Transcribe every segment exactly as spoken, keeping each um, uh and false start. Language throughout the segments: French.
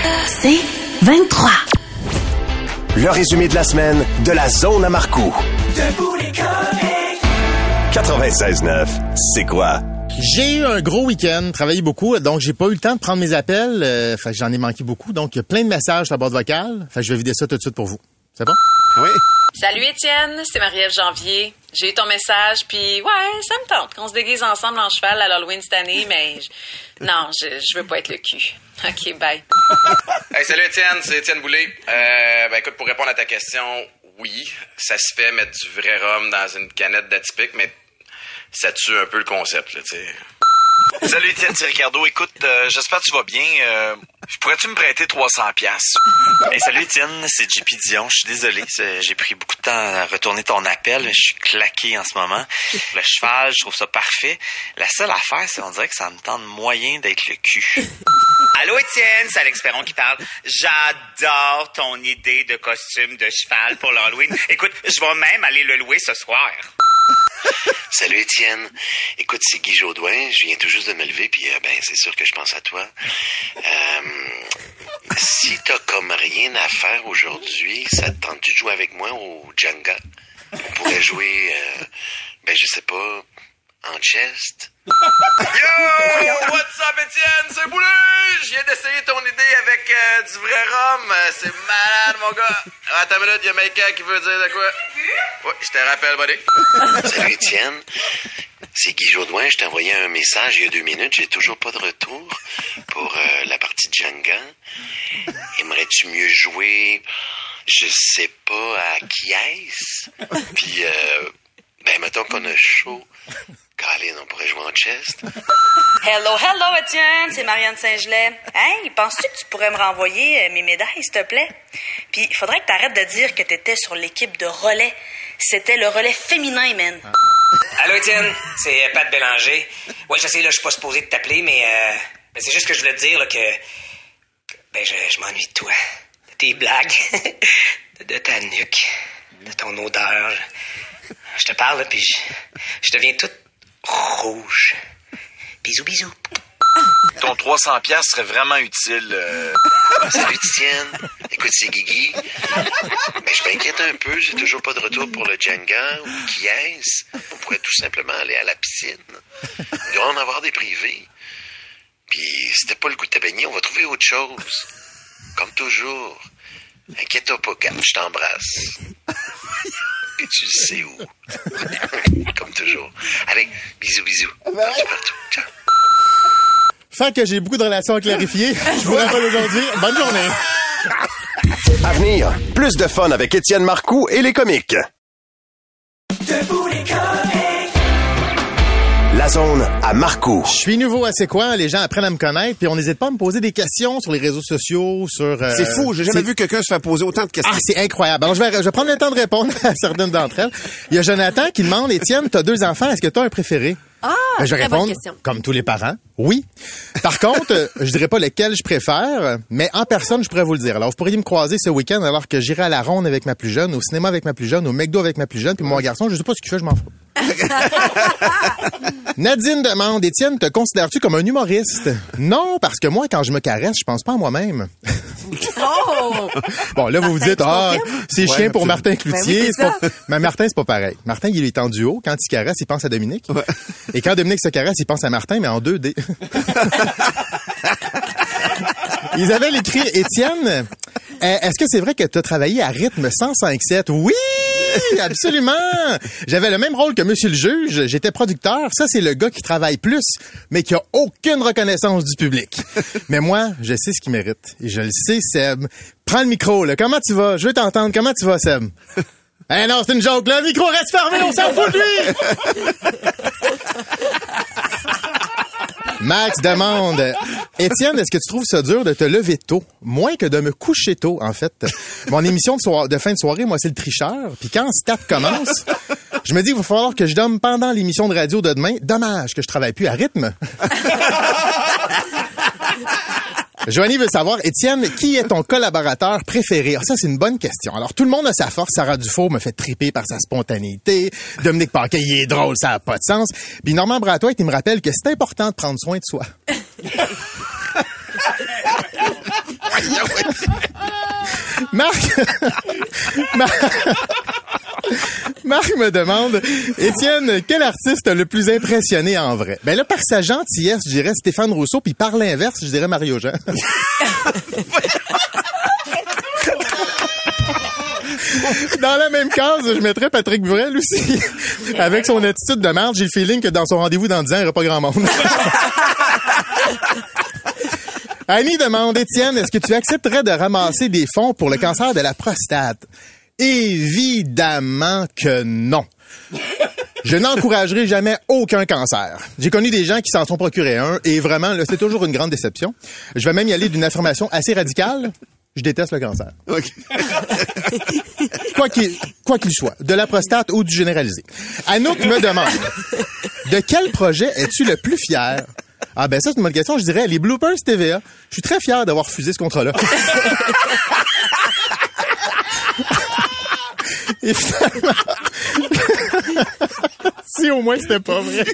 C'est vingt-trois. Le résumé de la semaine de la zone à Marcoux. Debout les comiques. quatre-vingt-seize neuf, c'est quoi? J'ai eu un gros week-end, travaillé beaucoup, donc j'ai pas eu le temps de prendre mes appels. Euh, fait que j'en ai manqué beaucoup, donc il y a plein de messages sur la boîte vocale. Fait que je vais vider ça tout de suite pour vous. C'est bon? Oui. Salut Étienne, c'est Marie-Ève Janvier. J'ai eu ton message, puis ouais, ça me tente qu'on se déguise ensemble en cheval à l'Halloween cette année, mais je... non, je, je veux pas être le cul. OK, bye. Hey, salut Étienne, c'est Étienne Boulay. Euh, ben écoute, pour répondre à ta question, oui, ça se fait mettre du vrai rhum dans une canette d'Atypique, mais ça tue un peu le concept, là, tu sais. Salut Étienne, c'est Ricardo. Écoute, euh, j'espère que tu vas bien. Euh, pourrais-tu me prêter trois cents piastres? Hey, salut Étienne, c'est J P Dion. Je suis désolé, c'est, j'ai pris beaucoup de temps à retourner ton appel. Je suis claqué en ce moment. Le cheval, je trouve ça parfait. La seule affaire, c'est qu'on dirait que ça me tente moyen d'être le cul. Allô Étienne, c'est Alex Perron qui parle. J'adore ton idée de costume de cheval pour l'Halloween. Écoute, je vais même aller le louer ce soir. Salut Étienne. Écoute, c'est Guy Jodoin. Je viens tout juste de me lever, puis euh, ben c'est sûr que je pense à toi. Euh, si t'as comme rien à faire aujourd'hui, ça te tente-tu de jouer avec moi au Jenga? On pourrait jouer, euh, ben je sais pas, en chest. Yo! What's up Étienne? C'est Boulay! Je viens d'essayer ton idée avec euh, du vrai rhum. C'est malade, mon gars. Attends une minute, il y a Maïka qui veut dire de quoi. Oui, je te rappelle, buddy. Salut Étienne. C'est Guy Jodoin. Je t'ai envoyé un message il y a deux minutes. J'ai toujours pas de retour pour euh, la partie de Jenga. Aimerais-tu mieux jouer, je sais pas, à qui est-ce? Puis, euh, ben, mettons qu'on a chaud. Caroline, on pourrait jouer en chest. Hello, hello Étienne, c'est Marianne Saint-Gelais. Hey, penses-tu que tu pourrais me renvoyer mes médailles, s'il te plaît? Puis, il faudrait que t'arrêtes de dire que t'étais sur l'équipe de relais. C'était le relais féminin, man. Ah. Allô Étienne, c'est Pat Bélanger. Ouais, je sais, là, je suis pas supposé de t'appeler, mais, euh, mais c'est juste que je voulais te dire là, que, que ben, je, je m'ennuie de toi. De tes blagues, de, de ta nuque, de ton odeur. Je te parle, là, puis je, je deviens toute rouge. Bisous, bisous. Ton trois cents piastres serait vraiment utile. Euh... Salut Étienne. Écoute, c'est Guigui. Mais je m'inquiète un peu. J'ai toujours pas de retour pour le Jenga ou qui est-ce. On pourrait tout simplement aller à la piscine. Il doit en avoir des privés. Puis, si t'as pas le goût de te baigner, on va trouver autre chose. Comme toujours. Inquiète-toi pas, Kat, je t'embrasse. Et tu sais où. Comme toujours. Allez, bisous, bisous. Partout, partout. Ciao. Fait que j'ai beaucoup de relations à clarifier. Je vous rappelle aujourd'hui. Bonne journée. À venir, plus de fun avec Étienne Marcoux et les comiques. Debout les comiques. La zone à Marcoux. Je suis nouveau à C'est quoi? Les gens apprennent à me connaître, puis on n'hésite pas à me poser des questions sur les réseaux sociaux, sur... Euh, c'est fou, j'ai jamais c'est... vu quelqu'un se faire poser autant de questions. Ah, c'est incroyable. Alors, je vais, je vais prendre le temps de répondre à certaines d'entre elles. Il y a Jonathan qui demande, Étienne, t'as deux enfants, est-ce que t'as un préféré? Ah, ben, je vais très bonne répondre, question. comme tous les parents, oui. Par contre, je dirais pas lequel je préfère, mais en personne, je pourrais vous le dire. Alors, vous pourriez me croiser ce week-end alors que j'irai à la ronde avec ma plus jeune, au cinéma avec ma plus jeune, au McDo avec ma plus jeune, puis mon garçon, je sais pas ce qu'il fait, je m'en fous. Nadine demande, Étienne, te considères-tu comme un humoriste? Non, parce que moi, quand je me caresse, je pense pas à moi-même. Oh! Bon, là, vous vous dites, ah, c'est Ouais, chien pour tu... Martin Cloutier. Ben oui, c'est c'est pas... Mais Martin, c'est pas pareil. Martin, il est en duo. Quand il caresse, il pense à Dominique. Ouais. Et quand Dominique se caresse, il pense à Martin, mais en deux D. Isabelle écrit, Étienne, est-ce que c'est vrai que tu as travaillé à rythme cent cinq sept? Oui! Absolument! J'avais le même rôle que Monsieur le juge. J'étais producteur. Ça, c'est le gars qui travaille plus, mais qui a aucune reconnaissance du public. Mais moi, je sais ce qu'il mérite. Et je le sais, Seb. Prends le micro, là. Comment tu vas? Je veux t'entendre. Comment tu vas, Seb? Eh non, c'est une joke, là. Le micro reste fermé, on s'en fout de lui! Max demande, Étienne, est-ce que tu trouves ça dur de te lever tôt? Moins que de me coucher tôt, en fait. Mon émission de, soir- de fin de soirée, moi, c'est le tricheur. Puis quand Stat commence, je me dis qu'il va falloir que je dorme pendant l'émission de radio de demain. Dommage que je travaille plus à rythme. Joanie veut savoir, Étienne, qui est ton collaborateur préféré? Ah, ça, c'est une bonne question. Alors, tout le monde a sa force. Sarah Dufault me fait triper par sa spontanéité. Dominique Paquet, il est drôle, ça n'a pas de sens. Puis Normand Brathwaite, il me rappelle que c'est important de prendre soin de soi. Marc... Marc... Marc me demande, Étienne, quel artiste t'a le plus impressionné en vrai? Ben là, par sa gentillesse, je dirais Stéphane Rousseau, puis par l'inverse, je dirais Mario Jean. Dans la même case, je mettrais Patrick Bruel aussi. Avec son attitude de merde, j'ai le feeling que dans son rendez-vous dans dix ans, il n'y aura pas grand monde. Annie demande, Étienne, est-ce que tu accepterais de ramasser des fonds pour le cancer de la prostate? Évidemment que non. Je n'encouragerai jamais aucun cancer. J'ai connu des gens qui s'en sont procurés un et vraiment, là, c'est toujours une grande déception. Je vais même y aller d'une affirmation assez radicale. Je déteste le cancer. Okay. Quoi qu'il, quoi qu'il soit, de la prostate ou du généralisé. Anouk me demande, de quel projet es-tu le plus fier? Ah ben ça, c'est une bonne question. Je dirais les bloopers T V A. Je suis très fier d'avoir refusé ce contrat-là. Et finalement... si au moins c'était pas vrai.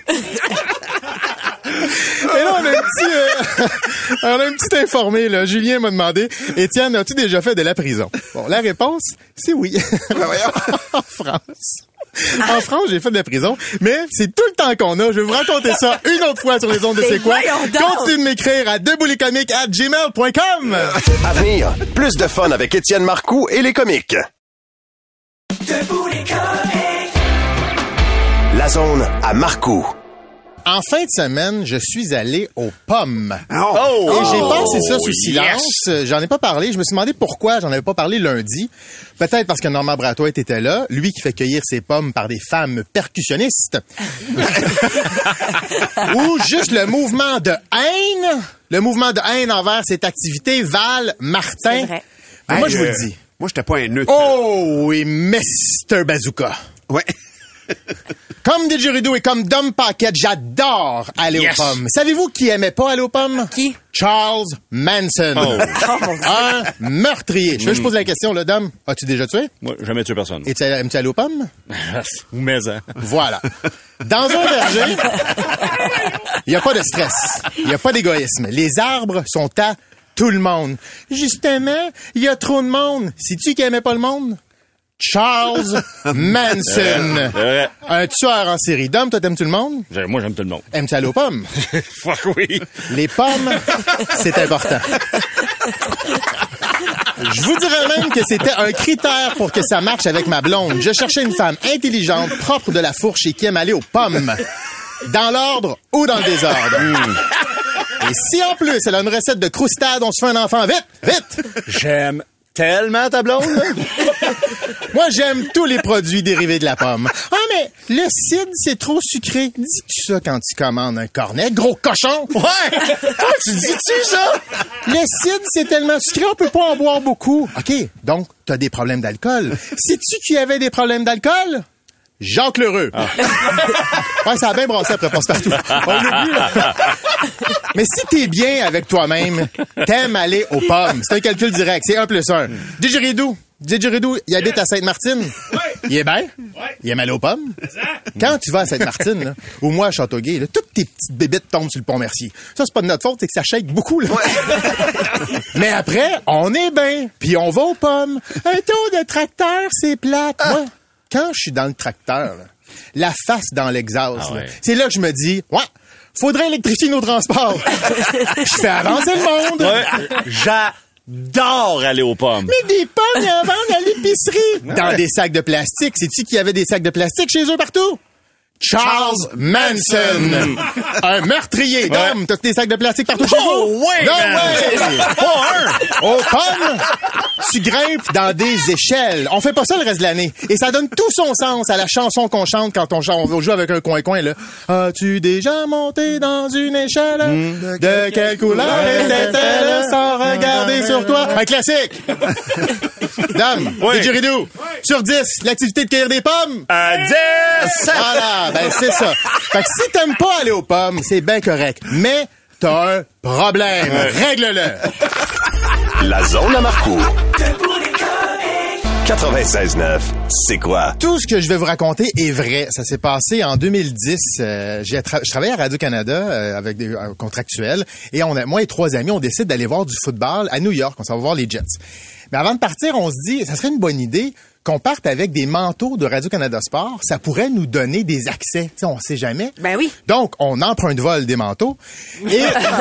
Et là, on a un petit, euh, on a un petit informé, là. Julien m'a demandé, Étienne, as-tu déjà fait de la prison? Bon, la réponse, c'est oui. En France. En France, j'ai fait de la prison, mais c'est tout le temps qu'on a. Je vais vous raconter ça une autre fois sur les ondes de C'est quoi? Continuez de m'écrire à deboutlescomiques arobase gmail point com. À venir, plus de fun avec Étienne Marcoux et les comiques. Debout les comiques. La zone à Marcoux. En fin de semaine, je suis allé aux pommes. Oh! Et j'ai Oh! passé ça sous Yes! silence. J'en ai pas parlé. Je me suis demandé pourquoi j'en avais pas parlé lundi. Peut-être parce que Normand Brathwaite était là, lui qui fait cueillir ses pommes par des femmes percussionnistes. Ou juste le mouvement de haine. Le mouvement de haine envers cette activité. Val, Martin. vrai. Ben, moi, Hey, je vous euh, le dis. Moi, j'étais pas un neutre. Oh oui, mister Bazooka. Ouais. Comme Didgeridoo et comme Dom Paquette, j'adore aller Yes. aux pommes. Savez-vous qui aimait pas aller aux pommes? Qui? Charles Manson. Oh. Oh, mon Dieu. Un meurtrier. Je veux que je pose la question, là, Dom. As-tu déjà tué? Moi, jamais tué personne. Et tu aimes-tu aller aux pommes? Ou maison. Voilà. Dans un verger, il n'y a pas de stress. Il n'y a pas d'égoïsme. Les arbres sont à tout le monde. Justement, il y a trop de monde. Sais-tu qui aimait pas le monde? Charles Manson. Euh, Un tueur en série. Dom, toi, t'aimes-tu le monde? j'ai- moi, j'aime tout le monde. Aimes-tu aller aux pommes? Fuck oui. Les pommes, c'est important. Je vous dirais même que c'était un critère pour que ça marche avec ma blonde. Je cherchais une femme intelligente, propre de la fourche et qui aime aller aux pommes. Dans l'ordre ou dans le désordre. Et si en plus elle a une recette de croustade, on se fait un enfant vite, vite! J'aime tellement ta blonde, là. Moi, j'aime tous les produits dérivés de la pomme. Ah, mais le cidre, c'est trop sucré. Dis-tu ça quand tu commandes un cornet, gros cochon? Ouais! Toi, tu dis-tu ça? Le cidre, c'est tellement sucré, on peut pas en boire beaucoup. OK, donc, t'as des problèmes d'alcool. Sais-tu qu'il y avait des problèmes d'alcool? Jacques Lheureux. Ah. Ouais, ça a bien brassé après Passe-Partout. On l'oublie, là. Mais si t'es bien avec toi-même, t'aimes aller aux pommes. C'est un calcul direct. C'est un plus un. Didgeridoo. Didgeridoo, il habite à Sainte-Martine. Il est bien. Il aime aller aux pommes. Quand tu vas à Sainte-Martine, là, ou moi à Châteauguay, là, toutes tes petites bébites tombent sur le pont Mercier. Ça, c'est pas de notre faute, c'est que ça shake beaucoup, là. Mais après, on est bien. Puis on va aux pommes. Un tour de tracteur, c'est plate. Moi, quand je suis dans le tracteur, là, la face dans l'exhaust, Ah ouais. là, c'est là que je me dis, ouais, faudrait électrifier nos transports. Je fais avancer le monde. Ouais. J'adore aller aux pommes. Mais des pommes, ils en vendent à l'épicerie. Dans des sacs de plastique. Sais-tu qu'il y avait des sacs de plastique chez eux partout? Charles Manson. Un meurtrier. Ouais. Dom, t'as des sacs de plastique partout chez Oh, vous? ouais, Non, man. ouais. Pas un. Aux pommes, tu grimpes dans des échelles. On fait pas ça le reste de l'année. Et ça donne tout son sens à la chanson qu'on chante quand on, ch- on joue avec un coin-coin, là. As-tu déjà monté dans une échelle? De quelle couleur était-elle sans regarder sur toi? Un classique. Dame, Oui. Didgeridoo. Sur dix, l'activité de cueillir des pommes? À dix! Voilà, ben c'est ça. Fait que si t'aimes pas aller aux pommes, c'est bien correct. Mais t'as un problème. Règle-le. La zone à Marcoux. Debout les comiques. quatre-vingt-seize neuf, c'est quoi? Tout ce que je vais vous raconter est vrai. Ça s'est passé en deux mille dix. Euh, j'ai tra- je travaillais à Radio-Canada euh, avec des euh, contractuels. Et on a, moi et trois amis, on décide d'aller voir du football à New York. On s'en va voir les Jets. Mais avant de partir, on se dit, ça serait une bonne idée qu'on parte avec des manteaux de Radio-Canada Sport. Ça pourrait nous donner des accès. Tu sais, on sait jamais. Ben oui. Donc, on emprunte vol des manteaux et,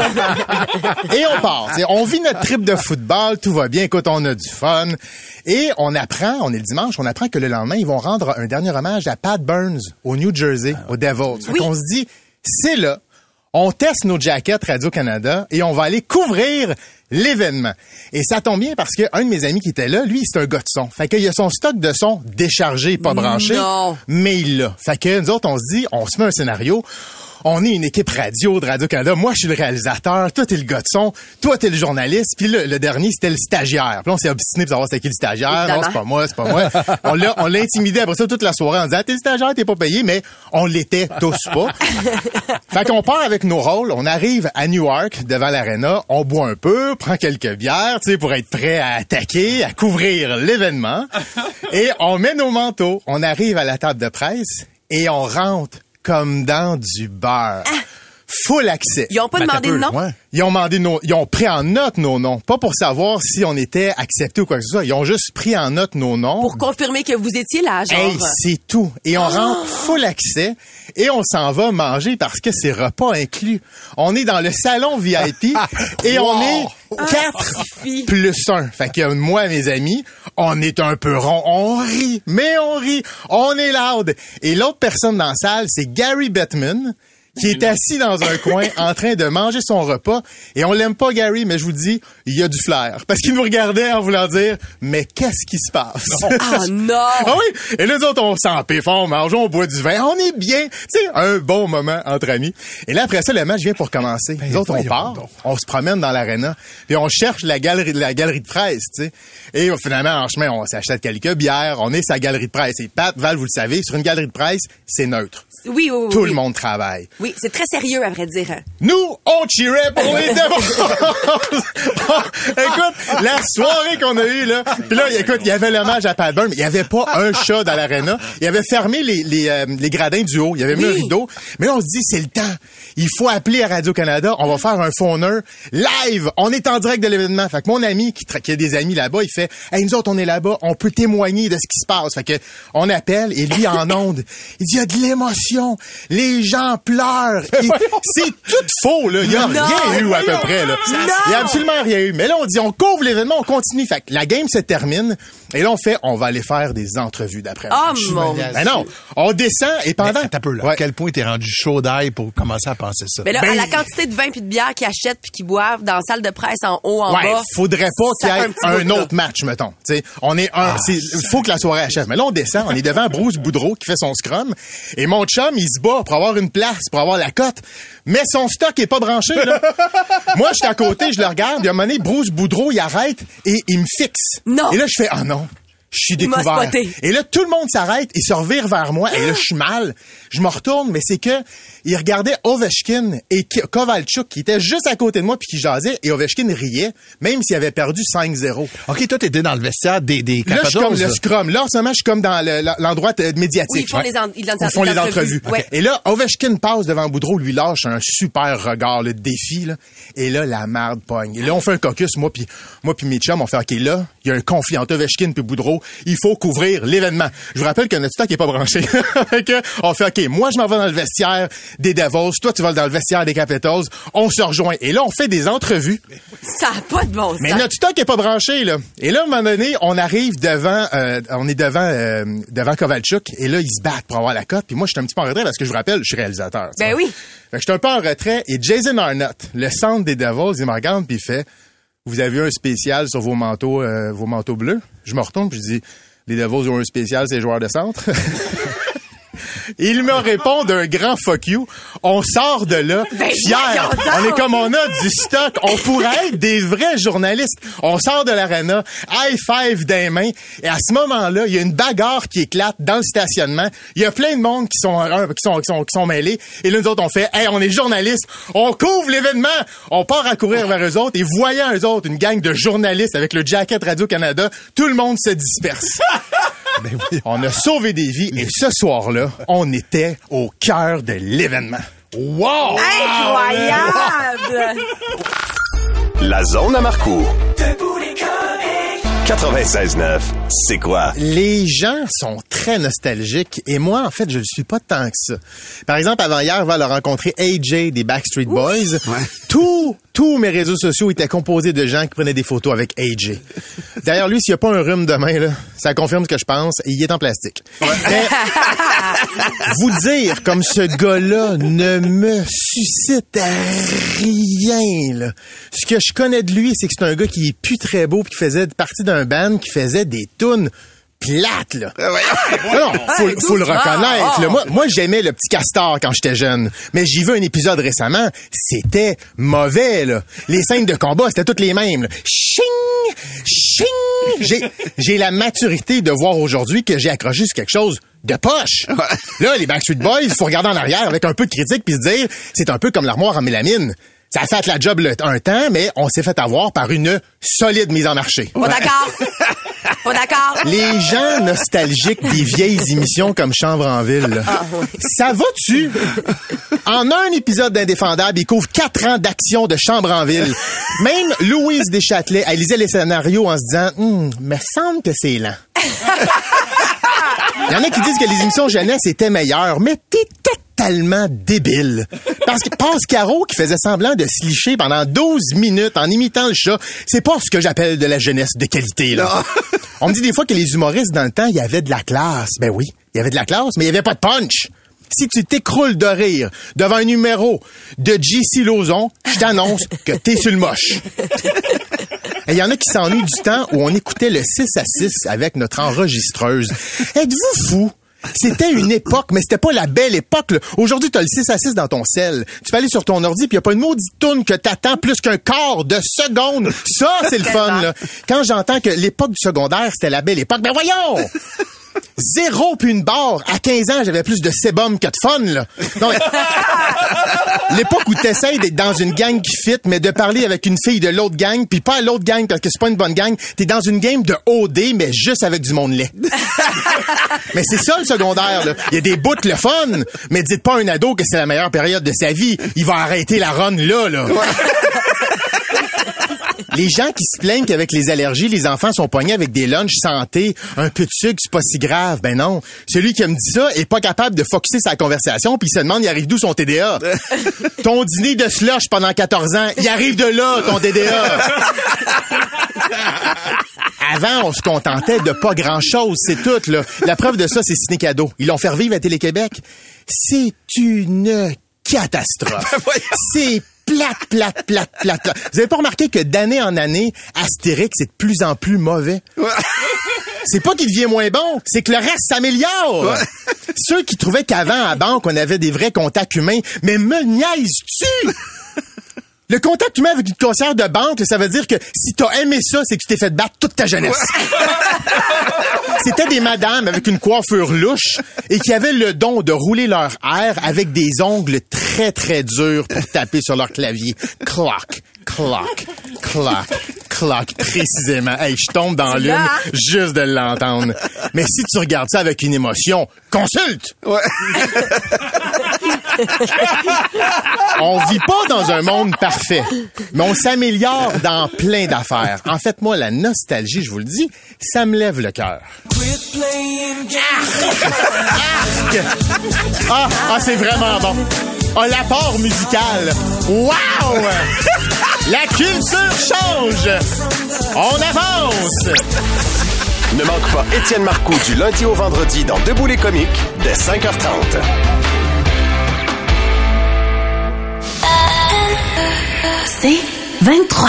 et on part. Tu sais, on vit notre trip de football, tout va bien. Écoute, on a du fun. Et on apprend, on est le dimanche, on apprend que le lendemain, ils vont rendre un dernier hommage à Pat Burns au New Jersey, au Devils. Fait Oui. qu'on se dit, c'est là. On teste nos jackets Radio-Canada et on va aller couvrir l'événement. Et ça tombe bien parce que un de mes amis qui était là, lui, c'est un gars de son. Fait qu'il a son stock de son déchargé, pas branché. Non. Mais il l'a. Fait que nous autres, on se dit, on se met un scénario. On est une équipe radio de Radio-Canada. Moi, je suis le réalisateur. Toi, t'es le gars de son. Toi, t'es le journaliste. Puis le, le dernier, c'était le stagiaire. Puis là, on s'est obstiné pour savoir c'était qui le stagiaire. Évidemment. Non, c'est pas moi, c'est pas moi. on l'a, on l'a intimidé après ça toute la soirée en disant, t'es le stagiaire, t'es pas payé. Mais on l'était tous pas. Fait qu'on part avec nos rôles. On arrive à Newark, devant l'aréna. On boit un peu, prend quelques bières, tu sais, pour être prêt à attaquer, à couvrir l'événement. Et on met nos manteaux. On arrive à la table de presse et on rentre comme dans du beurre. Ah. Full accès. Ils ont pas Ben, demandé t'as de peu, nom? ouais. Ils ont demandé nos, ils ont pris en note nos noms. Pas pour savoir si on était accepté ou quoi que ce soit. Ils ont juste pris en note nos noms. Pour confirmer que vous étiez là, genre. Hey, c'est tout. Et on rentre full accès et on s'en va manger parce que c'est repas inclus. On est dans le salon V I P et Wow. on est quatre plus un. Fait que moi et mes amis, on est un peu rond. On rit, mais on rit. On est loud. Et l'autre personne dans la salle, c'est Gary Bettman, qui est assis dans un coin en train de manger son repas. Et on l'aime pas, Gary, mais je vous dis, il y a du flair. Parce qu'il nous regardait en voulant dire, mais qu'est-ce qui se passe? Ah non! Ah oui! Et là, nous autres, on s'empêche, on mange, on boit du vin, on est bien. Tu sais, un bon moment entre amis. Et là, après ça, le match vient pour commencer. Nous autres, on part, on se promène dans l'aréna, puis on cherche la galerie, la galerie de presse, tu sais. Et finalement, en chemin, on s'achète quelques bières, on est sa galerie de presse. Et Pat, Val, vous le savez, sur une galerie de presse, c'est neutre. Oui, oui, oui. Tout oui. le monde travaille. Oui, c'est très sérieux, à vrai dire. Nous, on cheerait pour les Devils. Écoute, la soirée qu'on a eue, là. Puis là, écoute, il y avait l'hommage à Pat Burns, mais il y avait pas un chat dans l'aréna. Il avait fermé les, les, euh, les gradins du haut. Il avait mis Oui. un rideau. Mais là, on se dit, c'est le temps. Il faut appeler à Radio-Canada. On va faire un phoneur live. On est en direct de l'événement. Fait que mon ami, qui, tra- qui a des amis là-bas, il fait, hey, nous autres, on est là-bas. On peut témoigner de ce qui se passe. Fait que, on appelle et lui, en onde, il dit, il y a de l'émotion. Les gens pleurent. Et c'est tout faux, là. Il y a Non. rien eu, à peu près, là. Non. Il y a absolument rien eu. Mais là, on dit, on couvre l'événement, on continue. Fait que la game se termine. Et là, on fait, on va aller faire des entrevues d'après. Oh mon Ben non, on descend et pendant... Attends un peu, là. Ouais. À quel point t'es rendu chaud d'ail pour commencer à penser ça? Mais là, Ben- à la quantité de vin puis de bière qu'ils achètent puis qu'ils boivent dans la salle de presse en haut, en Ouais, bas. faudrait pas qu'il y ça fait ait un petit un bout, là. autre match, mettons. T'sais, on est un, c'est, faut que la soirée achève. Mais là, on descend, on est devant Bruce Boudreau qui fait son scrum. Et mon chum, il se bat pour avoir une place, pour avoir la cote. Mais son stock est pas branché, là. Moi, je suis à côté, je le regarde. Et à un moment donné, Bruce Boudreau, il arrête et il me fixe. Non. Et là, je fais, ah non. Je suis Il m'a découvert. spoté. Et là, tout le monde s'arrête et se revire vers moi. Et là, je suis mal. Je me retourne, mais c'est que il regardait Ovechkin et K- Kovalchuk qui étaient juste à côté de moi puis qui jasaient. Et Ovechkin riait, même s'il avait perdu cinq zéro. OK, toi, t'étais dans le vestiaire des, des Là, je suis comme Capitals, le là. scrum. Là, en ce moment, je suis comme dans le- l'endroit euh, médiatique. Oui, ils font Ouais. les en- ils Ils font les entrevues. Ouais. Et là, Ovechkin passe devant Boudreau, lui lâche un super regard, le défi, là. Et là, la merde pogne. Et là, on fait un caucus, moi puis moi puis mes chums, on fait, OK, là, il y a un conflit entre Ovechkin puis Boudreau. Il faut couvrir l'événement. Je vous rappelle que notre stock est pas branché. Fait que, on fait, OK, moi, je m'en vais dans le vestiaire des Devils. Toi, tu vas dans le vestiaire des Capitals. On se rejoint. Et là, on fait des entrevues. Ça n'a pas de bon sens. Mais notre stock est pas branché, là. Et là, à un moment donné, on arrive devant, euh, on est devant, euh, devant Kovalchuk, et là, ils se battent pour avoir la cote. Puis moi, je suis un petit peu en retrait parce que je vous rappelle, je suis réalisateur. tu Ben vois. oui. Fait que je suis un peu en retrait, et Jason Arnott, le centre des Devils, il me regarde puis il fait, vous avez un spécial sur vos manteaux, euh, vos manteaux bleus? Je me retourne puis je dis, les Devils ont un spécial, c'est les joueurs de centre. Il me répond d'un grand fuck you. On sort de là, Ben, fiers. voyons donc. On est comme on a du stock. On pourrait être des vrais journalistes. On sort de l'arena, high five des mains. Et à ce moment-là, il y a une bagarre qui éclate dans le stationnement. Il y a plein de monde qui sont, euh, qui sont, qui sont, qui sont mêlés. Et là, nous autres, on fait, hey, on est journalistes. On couvre l'événement. On part à courir vers eux autres. Et voyant eux autres, une gang de journalistes avec le jacket Radio-Canada, tout le monde se disperse. Ben oui. On a sauvé des vies. Et ce soir-là, on était au cœur de l'événement. Wow! Incroyable! La zone à Marcoux. Debout les comiques. quatre-vingt-seize neuf, c'est quoi? Les gens sont très nostalgiques et moi, en fait, je ne suis pas tant que ça. Par exemple, avant hier, on a rencontré A J des Backstreet Boys. Ouais. Tous, tous mes réseaux sociaux étaient composés de gens qui prenaient des photos avec A J. D'ailleurs, lui, s'il n'y a pas un rhume demain, là, ça confirme ce que je pense, il est en plastique. Ouais. Mais, vous dire comme ce gars-là ne me suscite rien, là. Ce que je connais de lui, c'est que c'est un gars qui est plus très beau puis qui faisait partie d'un band qui faisait des tunes plates, là. Non, faut, faut le reconnaître, là. Moi, moi, j'aimais le petit Castor quand j'étais jeune. Mais j'ai vu un épisode récemment, c'était mauvais, là. Les scènes de combat, c'était toutes les mêmes, là. Ching! Ching! J'ai, j'ai la maturité de voir aujourd'hui que j'ai accroché sur quelque chose de poche. Là, les Backstreet Boys, il faut regarder en arrière avec un peu de critique puis se dire, c'est un peu comme l'armoire en mélamine. Ça a fait la job le, un temps, mais on s'est fait avoir par une solide mise en marché. Pas d'accord. Pas d'accord. Les gens nostalgiques des vieilles émissions comme Chambre en ville, ah, oui. Ça va-tu? En un épisode d'Indéfendable, il couvre quatre ans d'action de Chambre en ville. Même Louise Deschâtelet, elle lisait les scénarios en se disant hum, « me semble que c'est lent ». Il y en a qui disent que les émissions jeunesse étaient meilleures, mais t'es totalement débile. Parce que Pascaro, qui faisait semblant de se licher pendant douze minutes en imitant le chat, c'est pas ce que j'appelle de la jeunesse de qualité, là. On me dit des fois que les humoristes, dans le temps, il y avait de la classe. Ben oui, il y avait de la classe, mais il y avait pas de punch. Si tu t'écroules de rire devant un numéro de J C Lauzon, je t'annonce que t'es sur le moche. Il y en a qui s'ennuient du temps où on écoutait le six à six avec notre enregistreuse. Êtes-vous fous? C'était une époque, mais c'était pas la belle époque, là. Aujourd'hui, t'as le six à six dans ton cell. Tu peux aller sur ton ordi, puis y a pas une maudite tourne que t'attends plus qu'un quart de seconde. Ça, c'est le fun, là. Quand j'entends que l'époque du secondaire, c'était la belle époque, ben voyons! Zéro puis une barre. À quinze ans, j'avais plus de sébum que de fun, là. Non, mais... L'époque où t'essayes d'être dans une gang qui fit, mais de parler avec une fille de l'autre gang, puis pas à l'autre gang parce que c'est pas une bonne gang. T'es dans une game de O D, mais juste avec du monde laid. Mais c'est ça, le secondaire, là. Il y a des bouts le fun, mais dites pas à un ado que c'est la meilleure période de sa vie. Il va arrêter la run là, là. Les gens qui se plaignent qu'avec les allergies, les enfants sont pognés avec des lunchs santé, un peu de sucre, c'est pas si grave. Ben non. Celui qui me dit ça est pas capable de focusser sa conversation puis il se demande, il arrive d'où son T D A? Ton dîner de slush pendant quatorze ans, il arrive de là, ton T D A. Avant, on se contentait de pas grand-chose, c'est tout, là. La preuve de ça, c'est Ciné Cadeau. Ils l'ont fait revivre à Télé-Québec. C'est une catastrophe. C'est plate, plate, plate, plate, plate. Vous avez pas remarqué que d'année en année, Astérix est de plus en plus mauvais? Ouais. C'est pas qu'il devient moins bon, c'est que le reste s'améliore. Ouais. Ceux qui trouvaient qu'avant, à banque, on avait des vrais contacts humains, mais me niaises-tu? Le contact humain avec une conseillère de banque, ça veut dire que si t'as aimé ça, c'est que tu t'es fait battre toute ta jeunesse. Ouais. C'était des madames avec une coiffure louche et qui avaient le don de rouler leur air avec des ongles très, très durs pour taper sur leur clavier. Clock, clock, clock, clock, précisément. Hey, je tombe dans l'une juste de l'entendre. Mais si tu regardes ça avec une émotion, consulte! Ouais. On vit pas dans un monde parfait, mais on s'améliore dans plein d'affaires. En fait, moi, la nostalgie, je vous le dis, ça me lève le cœur. Ah, ah, c'est vraiment bon. Ah, l'apport musical. Wow! La culture change. On avance. Ne manque pas Étienne Marcoux du lundi au vendredi dans Debout les comiques dès cinq heures trente. C'est vingt-trois.